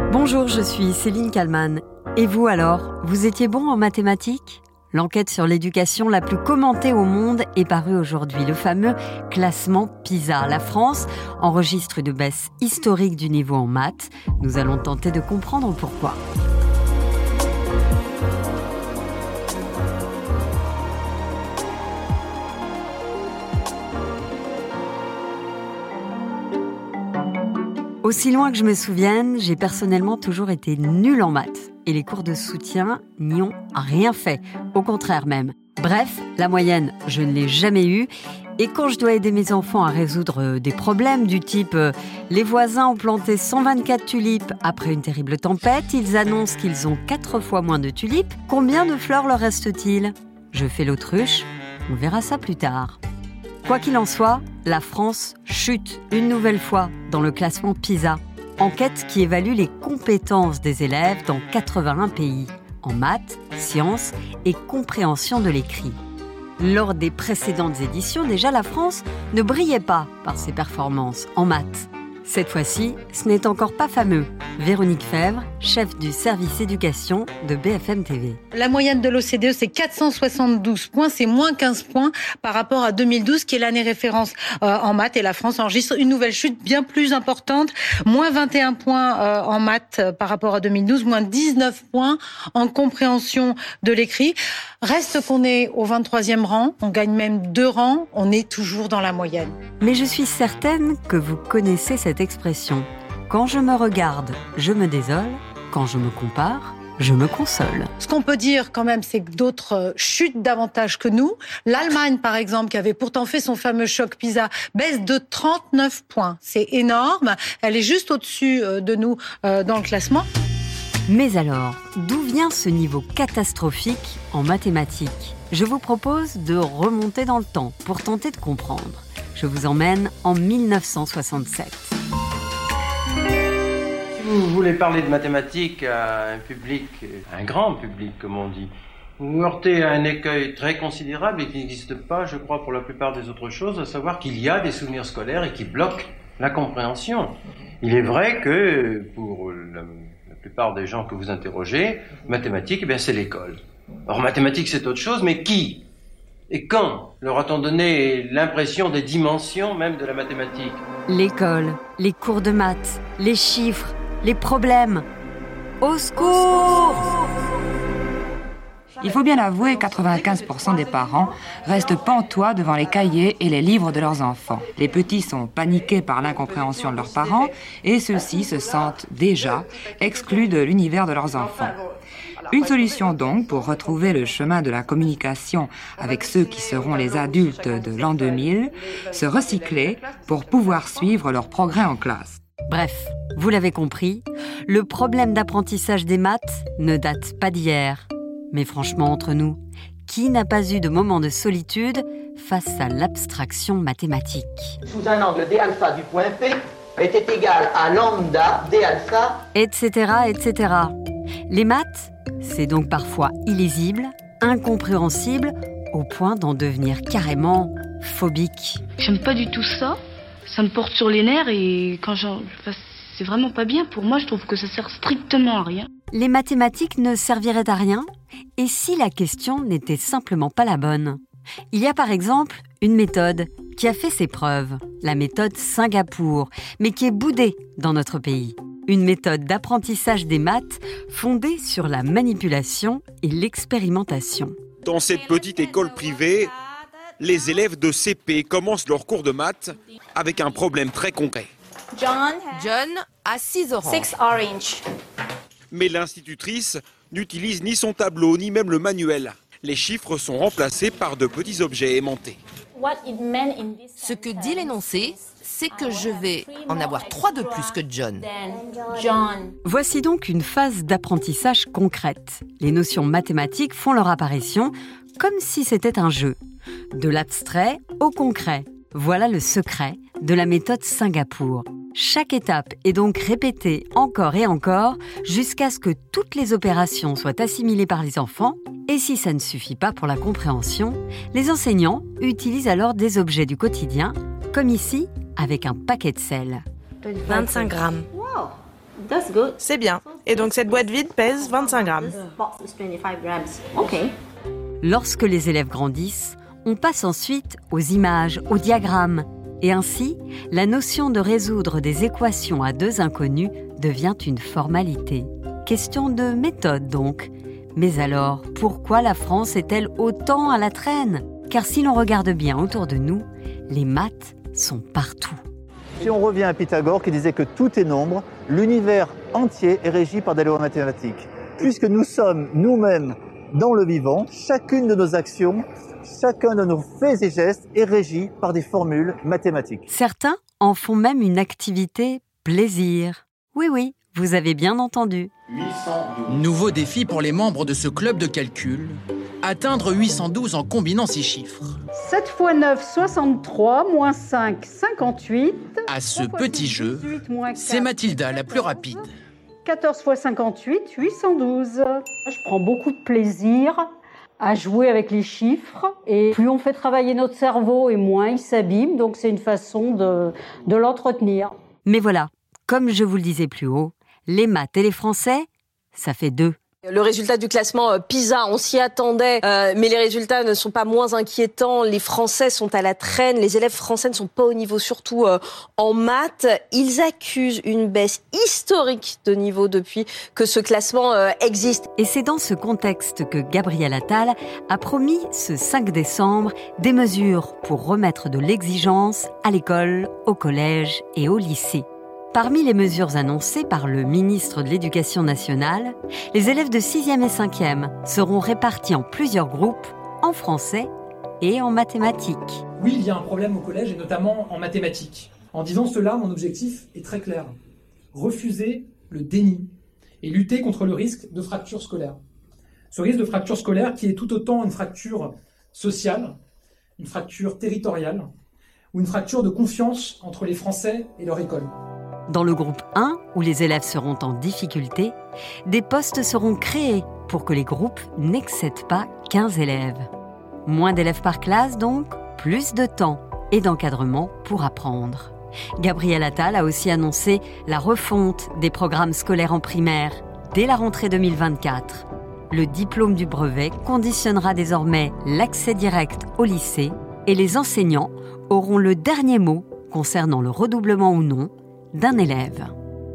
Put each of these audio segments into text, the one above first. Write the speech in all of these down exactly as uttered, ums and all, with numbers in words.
Bonjour, je suis Céline Kallmann. Et vous alors, vous étiez bon en mathématiques ? L'enquête sur l'éducation la plus commentée au monde est parue aujourd'hui, le fameux classement PISA. La France enregistre une baisse historique du niveau en maths. Nous allons tenter de comprendre pourquoi. Aussi loin que je me souvienne, j'ai personnellement toujours été nulle en maths. Et les cours de soutien n'y ont rien fait. Au contraire même. Bref, la moyenne, je ne l'ai jamais eue. Et quand je dois aider mes enfants à résoudre des problèmes du type euh, « Les voisins ont planté cent vingt-quatre tulipes après une terrible tempête, ils annoncent qu'ils ont quatre fois moins de tulipes, combien de fleurs leur reste-t-il ?» Je fais l'autruche, on verra ça plus tard. Quoi qu'il en soit, la France chute une nouvelle fois dans le classement PISA. Enquête qui évalue les compétences des élèves dans quatre-vingt-un pays, en maths, sciences et compréhension de l'écrit. Lors des précédentes éditions, déjà la France ne brillait pas par ses performances en maths. Cette fois-ci, ce n'est encore pas fameux. Véronique Fèvre, chef du service éducation de B F M T V. La moyenne de l'O C D E, c'est quatre cent soixante-douze points, c'est moins quinze points par rapport à deux mille douze, qui est l'année référence euh, en maths. Et la France enregistre une nouvelle chute bien plus importante, moins vingt et un points euh, en maths euh, par rapport à deux mille douze, moins dix-neuf points en compréhension de l'écrit. Reste qu'on est au vingt-troisième rang, on gagne même deux rangs, on est toujours dans la moyenne. Mais je suis certaine que vous connaissez cette expression. Quand je me regarde, je me désole. Quand je me compare, je me console. Ce qu'on peut dire quand même, c'est que d'autres chutent davantage que nous. L'Allemagne, par exemple, qui avait pourtant fait son fameux choc PISA, baisse de trente-neuf points. C'est énorme. Elle est juste au-dessus de nous dans le classement. Mais alors, d'où vient ce niveau catastrophique en mathématiques ? Je vous propose de remonter dans le temps pour tenter de comprendre. Je vous emmène en mille neuf cent soixante-sept. Si vous voulez parler de mathématiques à un public, un grand public comme on dit, vous vous heurtez à un écueil très considérable et qui n'existe pas, je crois, pour la plupart des autres choses, à savoir qu'il y a des souvenirs scolaires et qui bloquent la compréhension. Il est vrai que pour la, la plupart des gens que vous interrogez, mathématiques, eh bien, c'est l'école. Or, mathématiques, c'est autre chose, mais qui ? Et quand leur a-t-on donné l'impression des dimensions même de la mathématique ? L'école, les cours de maths, les chiffres, les problèmes. Au secours ! Il faut bien avouer que quatre-vingt-quinze pour cent des parents restent pantois devant les cahiers et les livres de leurs enfants. Les petits sont paniqués par l'incompréhension de leurs parents et ceux-ci se sentent déjà exclus de l'univers de leurs enfants. Une solution donc pour retrouver le chemin de la communication avec ceux qui seront les adultes de l'an deux mille, se recycler pour pouvoir suivre leur progrès en classe. Bref, vous l'avez compris, le problème d'apprentissage des maths ne date pas d'hier. Mais franchement, entre nous, qui n'a pas eu de moment de solitude face à l'abstraction mathématique ? Sous un angle d alpha du point P était égal à lambda d alpha, et cetera, et cetera. Les maths, c'est donc parfois illisible, incompréhensible, au point d'en devenir carrément phobique. J'aime pas du tout ça. Ça me porte sur les nerfs et quand j'en... Enfin, c'est vraiment pas bien. Pour moi, je trouve que ça sert strictement à rien. Les mathématiques ne serviraient à rien ? Et si la question n'était simplement pas la bonne ? Il y a par exemple une méthode qui a fait ses preuves, la méthode Singapour, mais qui est boudée dans notre pays. Une méthode d'apprentissage des maths fondée sur la manipulation et l'expérimentation. Dans cette petite école privée, les élèves de C P commencent leur cours de maths avec un problème très concret. John, John a six oranges. orange. Mais l'institutrice n'utilise ni son tableau, ni même le manuel. Les chiffres sont remplacés par de petits objets aimantés. Ce que dit l'énoncé, c'est que je vais en avoir trois de plus que John. Voici donc une phase d'apprentissage concrète. Les notions mathématiques font leur apparition comme si c'était un jeu. De l'abstrait au concret. Voilà le secret de la méthode Singapour. Chaque étape est donc répétée encore et encore jusqu'à ce que toutes les opérations soient assimilées par les enfants. Et si ça ne suffit pas pour la compréhension, les enseignants utilisent alors des objets du quotidien, comme ici avec un paquet de sel. vingt-cinq grammes. C'est bien. Et donc cette boîte vide pèse vingt-cinq grammes. Lorsque les élèves grandissent, on passe ensuite aux images, aux diagrammes. Et ainsi, la notion de résoudre des équations à deux inconnus devient une formalité. Question de méthode donc. Mais alors, pourquoi la France est-elle autant à la traîne ? Car si l'on regarde bien autour de nous, les maths sont partout. Si on revient à Pythagore qui disait que tout est nombre, l'univers entier est régi par des lois mathématiques. Puisque nous sommes nous-mêmes dans le vivant, chacune de nos actions, chacun de nos faits et gestes est régi par des formules mathématiques. Certains en font même une activité plaisir. Oui, oui, vous avez bien entendu. huit cent douze. Nouveau défi pour les membres de ce club de calcul. Atteindre huit cent douze en combinant six chiffres. sept fois neuf, soixante-trois, moins cinq, cinquante-huit. À ce petit jeu, c'est Mathilda la plus rapide. quatorze fois cinquante-huit, huit cent douze. Je prends beaucoup de plaisir à jouer avec les chiffres. Et plus on fait travailler notre cerveau et moins il s'abîme. Donc c'est une façon de, de l'entretenir. Mais voilà, comme je vous le disais plus haut, les maths et les français, ça fait deux. Le résultat du classement PISA, on s'y attendait, euh, mais les résultats ne sont pas moins inquiétants. Les Français sont à la traîne, les élèves français ne sont pas au niveau, surtout euh, en maths. Ils accusent une baisse historique de niveau depuis que ce classement euh, existe. Et c'est dans ce contexte que Gabriel Attal a promis ce cinq décembre des mesures pour remettre de l'exigence à l'école, au collège et au lycée. Parmi les mesures annoncées par le ministre de l'Éducation nationale, les élèves de sixième et cinquième seront répartis en plusieurs groupes, en français et en mathématiques. Oui, il y a un problème au collège et notamment en mathématiques. En disant cela, mon objectif est très clair. Refuser le déni et lutter contre le risque de fracture scolaire. Ce risque de fracture scolaire qui est tout autant une fracture sociale, une fracture territoriale ou une fracture de confiance entre les Français et leur école. Dans le groupe un, où les élèves seront en difficulté, des postes seront créés pour que les groupes n'excèdent pas quinze élèves. Moins d'élèves par classe donc, plus de temps et d'encadrement pour apprendre. Gabriel Attal a aussi annoncé la refonte des programmes scolaires en primaire dès la rentrée deux mille vingt-quatre. Le diplôme du brevet conditionnera désormais l'accès direct au lycée et les enseignants auront le dernier mot concernant le redoublement ou non d'un élève.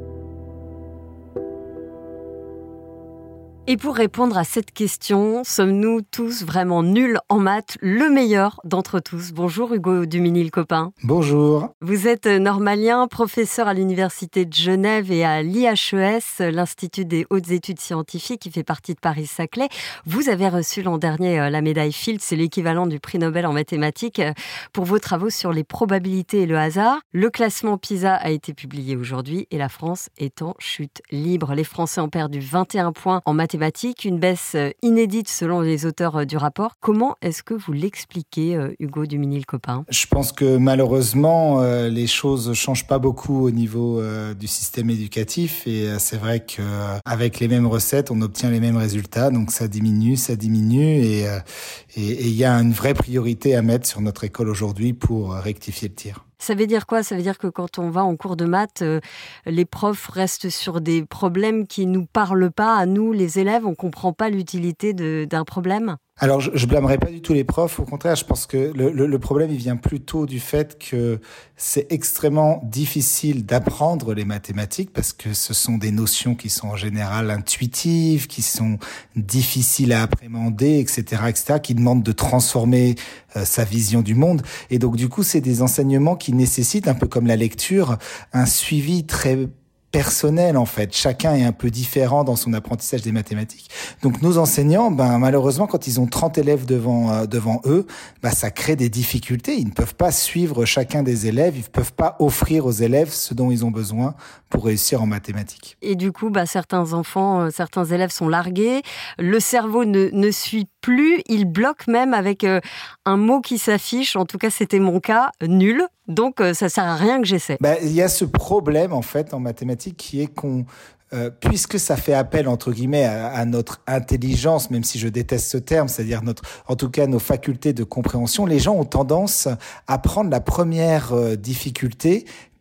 Et pour répondre à cette question, sommes-nous tous vraiment nuls en maths, le meilleur d'entre tous? Bonjour Hugo Duminil-Copin. Bonjour. Vous êtes normalien, professeur à l'Université de Genève et à l'I H E S, l'Institut des hautes études scientifiques qui fait partie de Paris-Saclay. Vous avez reçu l'an dernier la médaille Fields, c'est l'équivalent du prix Nobel en mathématiques, pour vos travaux sur les probabilités et le hasard. Le classement PISA a été publié aujourd'hui et la France est en chute libre. Les Français ont perdu vingt et un points en mathématiques, une baisse inédite selon les auteurs du rapport. Comment est-ce que vous l'expliquez, Hugo Duminil-Copin ? Je pense que malheureusement, euh, les choses ne changent pas beaucoup au niveau euh, du système éducatif et euh, c'est vrai qu'avec les mêmes recettes, on obtient les mêmes résultats, donc ça diminue, ça diminue et euh, et il y a une vraie priorité à mettre sur notre école aujourd'hui pour rectifier le tir. Ça veut dire quoi ? Ça veut dire que quand on va en cours de maths, euh, les profs restent sur des problèmes qui ne nous parlent pas à nous, les élèves, on ne comprend pas l'utilité de, d'un problème ? Alors, je, je blâmerai pas du tout les profs. Au contraire, je pense que le, le, le problème, il vient plutôt du fait que c'est extrêmement difficile d'apprendre les mathématiques parce que ce sont des notions qui sont en général intuitives, qui sont difficiles à appréhender, et cetera, et cetera, qui demandent de transformer euh, sa vision du monde. Et donc, du coup, c'est des enseignements qui nécessitent, un peu comme la lecture, un suivi très personnel en fait. Chacun est un peu différent dans son apprentissage des mathématiques. Donc nos enseignants, ben malheureusement quand ils ont trente élèves devant euh, devant eux, ben ça crée des difficultés. Ils ne peuvent pas suivre chacun des élèves, ils ne peuvent pas offrir aux élèves ce dont ils ont besoin pour réussir en mathématiques. Et du coup, ben, certains enfants, euh, certains élèves sont largués, le cerveau ne, ne suit plus, il bloque même avec euh, un mot qui s'affiche, en tout cas c'était mon cas, nul. Donc, euh, ça sert à rien que j'essaie. Ben, il y a ce problème, en fait, en mathématiques, qui est qu'on, euh, puisque ça fait appel, entre guillemets, à, à notre intelligence, même si je déteste ce terme, c'est-à-dire notre, en tout cas, nos facultés de compréhension, les gens ont tendance à prendre la première euh, difficulté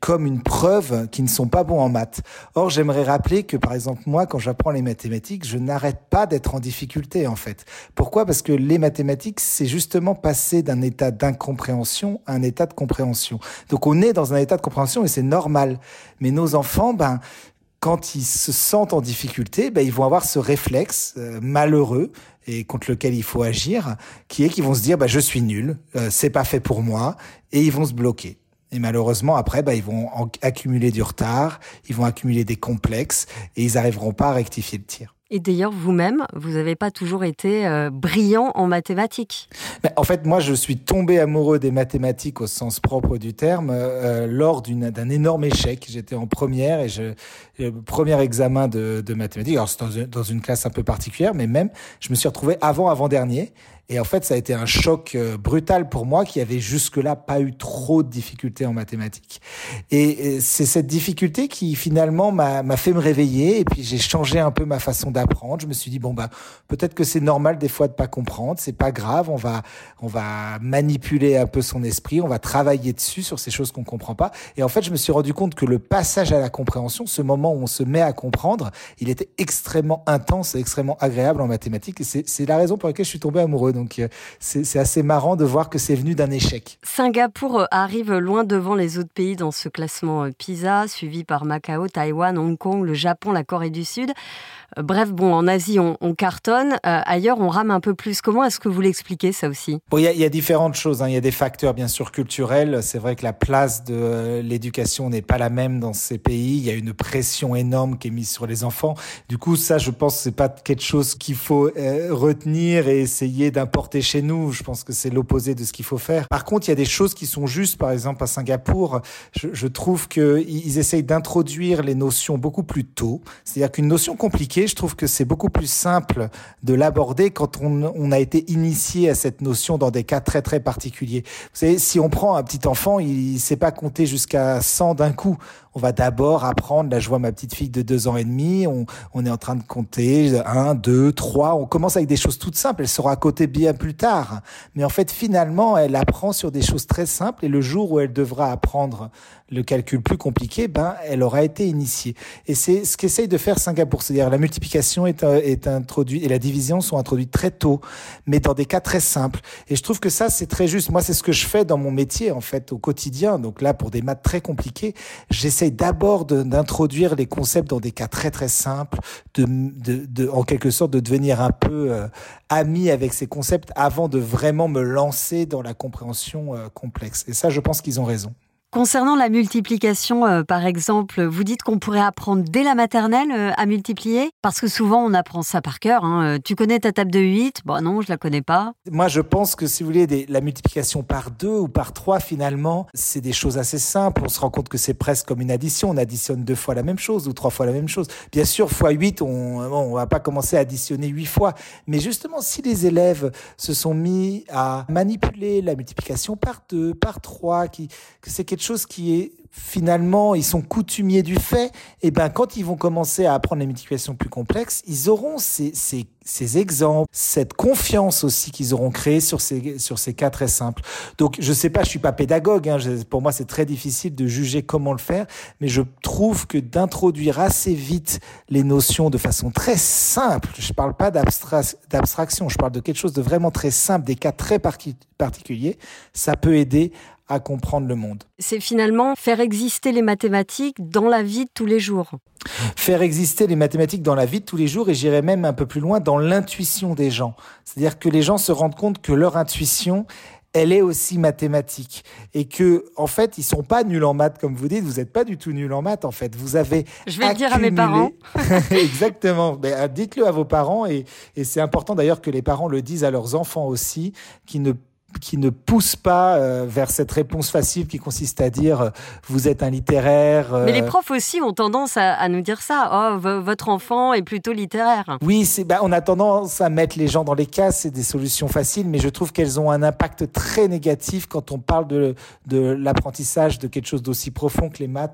comme une preuve qu'ils ne sont pas bons en maths. Or, j'aimerais rappeler que, par exemple, moi, quand j'apprends les mathématiques, je n'arrête pas d'être en difficulté, en fait. Pourquoi ? Parce que les mathématiques, c'est justement passer d'un état d'incompréhension à un état de compréhension. Donc, on est dans un état de compréhension et c'est normal. Mais nos enfants, ben, quand ils se sentent en difficulté, ben, ils vont avoir ce réflexe euh, malheureux et contre lequel il faut agir, qui est qu'ils vont se dire, ben, je suis nul, euh, c'est pas fait pour moi, et ils vont se bloquer. Et malheureusement, après, bah, ils vont en- accumuler du retard, ils vont accumuler des complexes et ils n'arriveront pas à rectifier le tir. Et d'ailleurs, vous-même, vous n'avez pas toujours été euh, brillant en mathématiques. Mais en fait, moi, je suis tombé amoureux des mathématiques au sens propre du terme euh, lors d'une, d'un énorme échec. J'étais en première et je, le premier examen de, de mathématiques, alors c'est dans une, dans une classe un peu particulière, mais même, je me suis retrouvé avant-avant-dernier. Et en fait, ça a été un choc euh, brutal pour moi qui avait jusque-là pas eu trop de difficultés en mathématiques. Et, et c'est cette difficulté qui finalement m'a, m'a fait me réveiller et puis j'ai changé un peu ma façon d'apprendre. Je me suis dit bon bah peut-être que c'est normal des fois de pas comprendre, c'est pas grave, on va on va manipuler un peu son esprit, on va travailler dessus sur ces choses qu'on comprend pas. Et en fait, je me suis rendu compte que le passage à la compréhension, ce moment où on se met à comprendre, il était extrêmement intense et extrêmement agréable en mathématiques et c'est c'est la raison pour laquelle je suis tombé amoureux. Donc euh, c'est, c'est assez marrant de voir que c'est venu d'un échec. Singapour arrive loin devant les autres pays dans ce classement PISA, suivi par Macao, Taïwan, Hong Kong, le Japon, la Corée du Sud. Euh, Bref, bon, en Asie, on, on cartonne. Euh, ailleurs, on rame un peu plus. Comment est-ce que vous l'expliquez, ça aussi ? Bon, il y a, il y a différentes choses, hein. Il y a des facteurs, bien sûr, culturels. C'est vrai que la place de euh, l'éducation n'est pas la même dans ces pays. Il y a une pression énorme qui est mise sur les enfants. Du coup, ça, je pense que c'est pas quelque chose qu'il faut euh, retenir et essayer d'importer chez nous. Je pense que c'est l'opposé de ce qu'il faut faire. Par contre, il y a des choses qui sont justes. Par exemple, à Singapour, je, je trouve qu'ils ils essayent d'introduire les notions beaucoup plus tôt. C'est-à-dire qu'une notion compliquée, je trouve que c'est beaucoup plus simple de l'aborder quand on, on a été initié à cette notion dans des cas très très particuliers. Vous savez, si on prend un petit enfant, il ne sait pas compter jusqu'à cent d'un coup. On va d'abord apprendre, là je vois ma petite fille de deux ans et demi, on, on est en train de compter un, deux, trois, on commence avec des choses toutes simples, elle saura compter bien plus tard. Mais en fait finalement elle apprend sur des choses très simples et le jour où elle devra apprendre le calcul plus compliqué, ben elle aura été initiée. Et c'est ce qu'essaye de faire Singapour, c'est-à-dire la multiplication est, est introduite et la division sont introduites très tôt, mais dans des cas très simples. Et je trouve que ça c'est très juste. Moi c'est ce que je fais dans mon métier en fait au quotidien. Donc là pour des maths très compliquées, j'essaie d'abord de, d'introduire les concepts dans des cas très très simples, de, de, de, en quelque sorte de devenir un peu euh, ami avec ces concepts avant de vraiment me lancer dans la compréhension euh, complexe. Et ça, je pense qu'ils ont raison. Concernant la multiplication, euh, par exemple, vous dites qu'on pourrait apprendre dès la maternelle euh, à multiplier ? Parce que souvent, on apprend ça par cœur. Hein. Tu connais ta table de huit ? Bon, non, je la connais pas. Moi, je pense que, si vous voulez, des, la multiplication par deux ou par trois, finalement, c'est des choses assez simples. On se rend compte que c'est presque comme une addition. On additionne deux fois la même chose ou trois fois la même chose. Bien sûr, fois huit, on bon, on va pas commencer à additionner huit fois. Mais justement, si les élèves se sont mis à manipuler la multiplication par deux, par trois, qui, que c'est quelque chose qui est finalement, ils sont coutumiers du fait, et ben quand ils vont commencer à apprendre les multiplications plus complexes, ils auront ces, ces, ces exemples, cette confiance aussi qu'ils auront créée sur ces, sur ces cas très simples. Donc je sais pas, je suis pas pédagogue, hein, je, pour moi c'est très difficile de juger comment le faire, mais je trouve que d'introduire assez vite les notions de façon très simple, je parle pas d'abstra- d'abstraction, je parle de quelque chose de vraiment très simple, des cas très par- particuliers, ça peut aider à comprendre le monde. C'est finalement faire exister les mathématiques dans la vie de tous les jours. Faire exister les mathématiques dans la vie de tous les jours, et j'irais même un peu plus loin, dans l'intuition des gens. C'est-à-dire que les gens se rendent compte que leur intuition, elle est aussi mathématique. Et que, en fait, ils sont pas nuls en maths, comme vous dites. Vous êtes pas du tout nuls en maths, en fait. Vous avez Je vais accumulé... le dire à mes parents. Exactement. Ben, dites-le à vos parents. Et, et c'est important d'ailleurs que les parents le disent à leurs enfants aussi, qui ne qui ne pousse pas euh, vers cette réponse facile qui consiste à dire euh, vous êtes un littéraire. Euh... Mais les profs aussi ont tendance à, à nous dire ça. Oh, v- votre enfant est plutôt littéraire. Oui, c'est, bah, on a tendance à mettre les gens dans les cases, c'est des solutions faciles, mais je trouve qu'elles ont un impact très négatif quand on parle de, de l'apprentissage de quelque chose d'aussi profond que les maths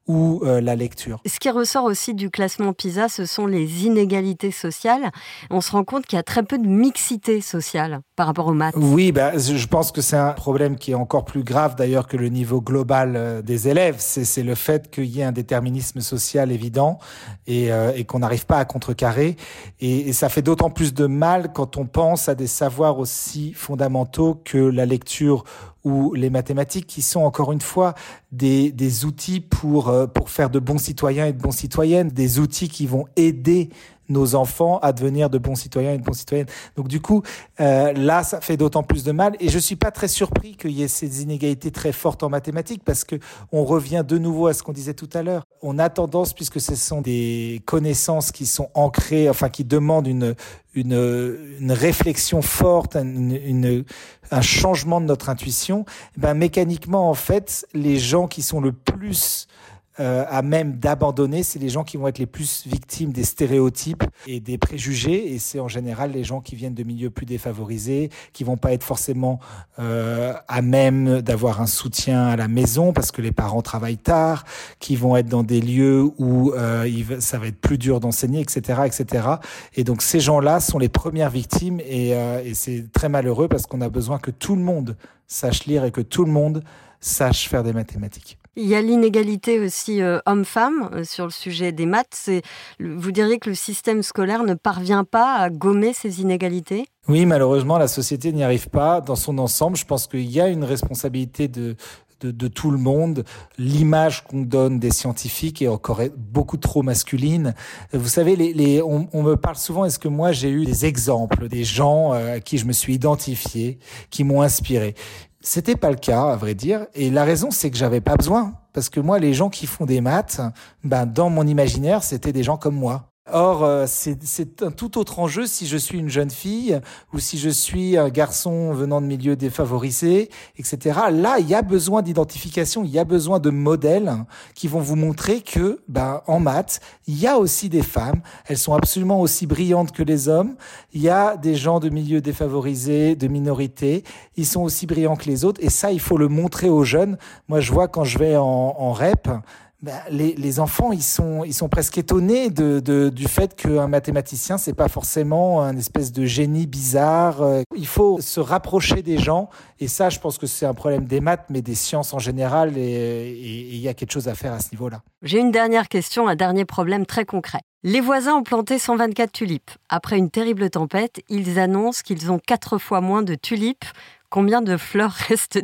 ou euh, la lecture. Ce qui ressort aussi du classement PISA, ce sont les inégalités sociales. On se rend compte qu'il y a très peu de mixité sociale par rapport aux maths. Oui, bah, je pense que c'est un problème qui est encore plus grave d'ailleurs que le niveau global des élèves. C'est, c'est le fait qu'il y ait un déterminisme social évident et, euh, et qu'on n'arrive pas à contrecarrer. Et, et ça fait d'autant plus de mal quand on pense à des savoirs aussi fondamentaux que la lecture ou les mathématiques, qui sont encore une fois des, des outils pour, pour faire de bons citoyens et de bonnes citoyennes, des outils qui vont aider nos enfants à devenir de bons citoyens et de bonnes citoyennes. Donc du coup, euh, là, ça fait d'autant plus de mal. Et je suis pas très surpris qu'il y ait ces inégalités très fortes en mathématiques, parce que on revient de nouveau à ce qu'on disait tout à l'heure. On a tendance, puisque ce sont des connaissances qui sont ancrées, enfin qui demandent une une, une réflexion forte, une, une, un changement de notre intuition, ben mécaniquement en fait, les gens qui sont le plus Euh, à même d'abandonner, c'est les gens qui vont être les plus victimes des stéréotypes et des préjugés, et c'est en général les gens qui viennent de milieux plus défavorisés, qui vont pas être forcément euh, à même d'avoir un soutien à la maison parce que les parents travaillent tard, qui vont être dans des lieux où euh, il, ça va être plus dur d'enseigner, et cetera, et cetera. Et donc ces gens-là sont les premières victimes, et, euh, et c'est très malheureux parce qu'on a besoin que tout le monde sache lire et que tout le monde sache faire des mathématiques. Il y a l'inégalité aussi euh, homme-femme euh, sur le sujet des maths. C'est, vous diriez que le système scolaire ne parvient pas à gommer ces inégalités ? Oui, malheureusement, la société n'y arrive pas dans son ensemble. Je pense qu'il y a une responsabilité de, de, de tout le monde. L'image qu'on donne des scientifiques est encore beaucoup trop masculine. Vous savez, les, les, on, on me parle souvent, est-ce que moi j'ai eu des exemples, des gens euh, à qui je me suis identifié, qui m'ont inspiré ? C'était pas le cas, à vrai dire. Et la raison, c'est que j'avais pas besoin. Parce que moi, les gens qui font des maths, ben, dans mon imaginaire, c'était des gens comme moi. Or, euh, c'est, c'est un tout autre enjeu si je suis une jeune fille ou si je suis un garçon venant de milieux défavorisés, et cetera. Là, il y a besoin d'identification, il y a besoin de modèles qui vont vous montrer que, ben, en maths, il y a aussi des femmes. Elles sont absolument aussi brillantes que les hommes. Il y a des gens de milieux défavorisés, de minorités. Ils sont aussi brillants que les autres. Et ça, il faut le montrer aux jeunes. Moi, je vois quand je vais en, en rep, ben, les, les enfants, ils sont, ils sont presque étonnés de, de, du fait qu'un mathématicien, c'est pas forcément un espèce de génie bizarre. Il faut se rapprocher des gens. Et ça, je pense que c'est un problème des maths, mais des sciences en général. Et il y a quelque chose à faire à ce niveau-là. J'ai une dernière question, un dernier problème très concret. Les voisins ont planté cent vingt-quatre tulipes. Après une terrible tempête, ils annoncent qu'ils ont quatre fois moins de tulipes. Combien de fleurs reste-t-il ?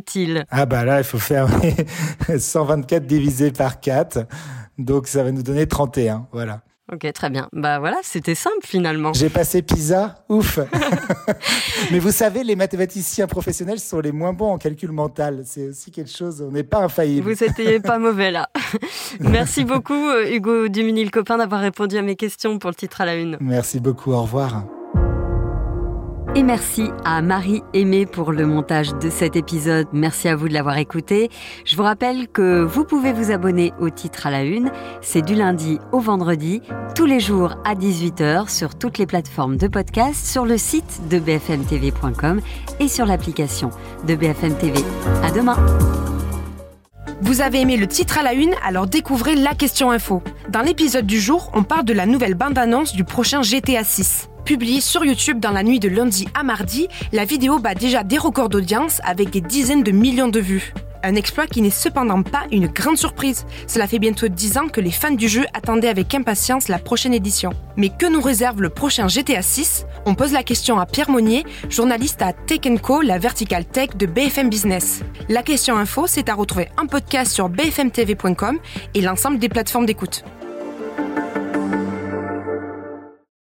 Ah bah là, il faut faire cent vingt-quatre divisé par quatre. Donc ça va nous donner trente et un, voilà. Ok, très bien. Bah voilà, c'était simple finalement. J'ai passé PISA, ouf. Mais vous savez, les mathématiciens professionnels sont les moins bons en calcul mental. C'est aussi quelque chose, on n'est pas infaillible. Vous n'étiez pas mauvais là. Merci beaucoup Hugo Duminil-Copin d'avoir répondu à mes questions pour le titre à la une. Merci beaucoup, au revoir. Et merci à Marie Aimé pour le montage de cet épisode. Merci à vous de l'avoir écouté. Je vous rappelle que vous pouvez vous abonner au titre à la une. C'est du lundi au vendredi, tous les jours à dix-huit heures sur toutes les plateformes de podcast, sur le site de b f m t v point com et sur l'application de B F M T V. À demain. Vous avez aimé le titre à la une, alors découvrez la question info. Dans l'épisode du jour, on parle de la nouvelle bande-annonce du prochain G T A six. Publiée sur YouTube dans la nuit de lundi à mardi, la vidéo bat déjà des records d'audience avec des dizaines de millions de vues. Un exploit qui n'est cependant pas une grande surprise. Cela fait bientôt dix ans que les fans du jeu attendaient avec impatience la prochaine édition. Mais que nous réserve le prochain G T A six ? On pose la question à Pierre Monnier, journaliste à Tech and Co, la verticale tech de B F M Business. La question info, c'est à retrouver en podcast sur b f m t v point com et l'ensemble des plateformes d'écoute.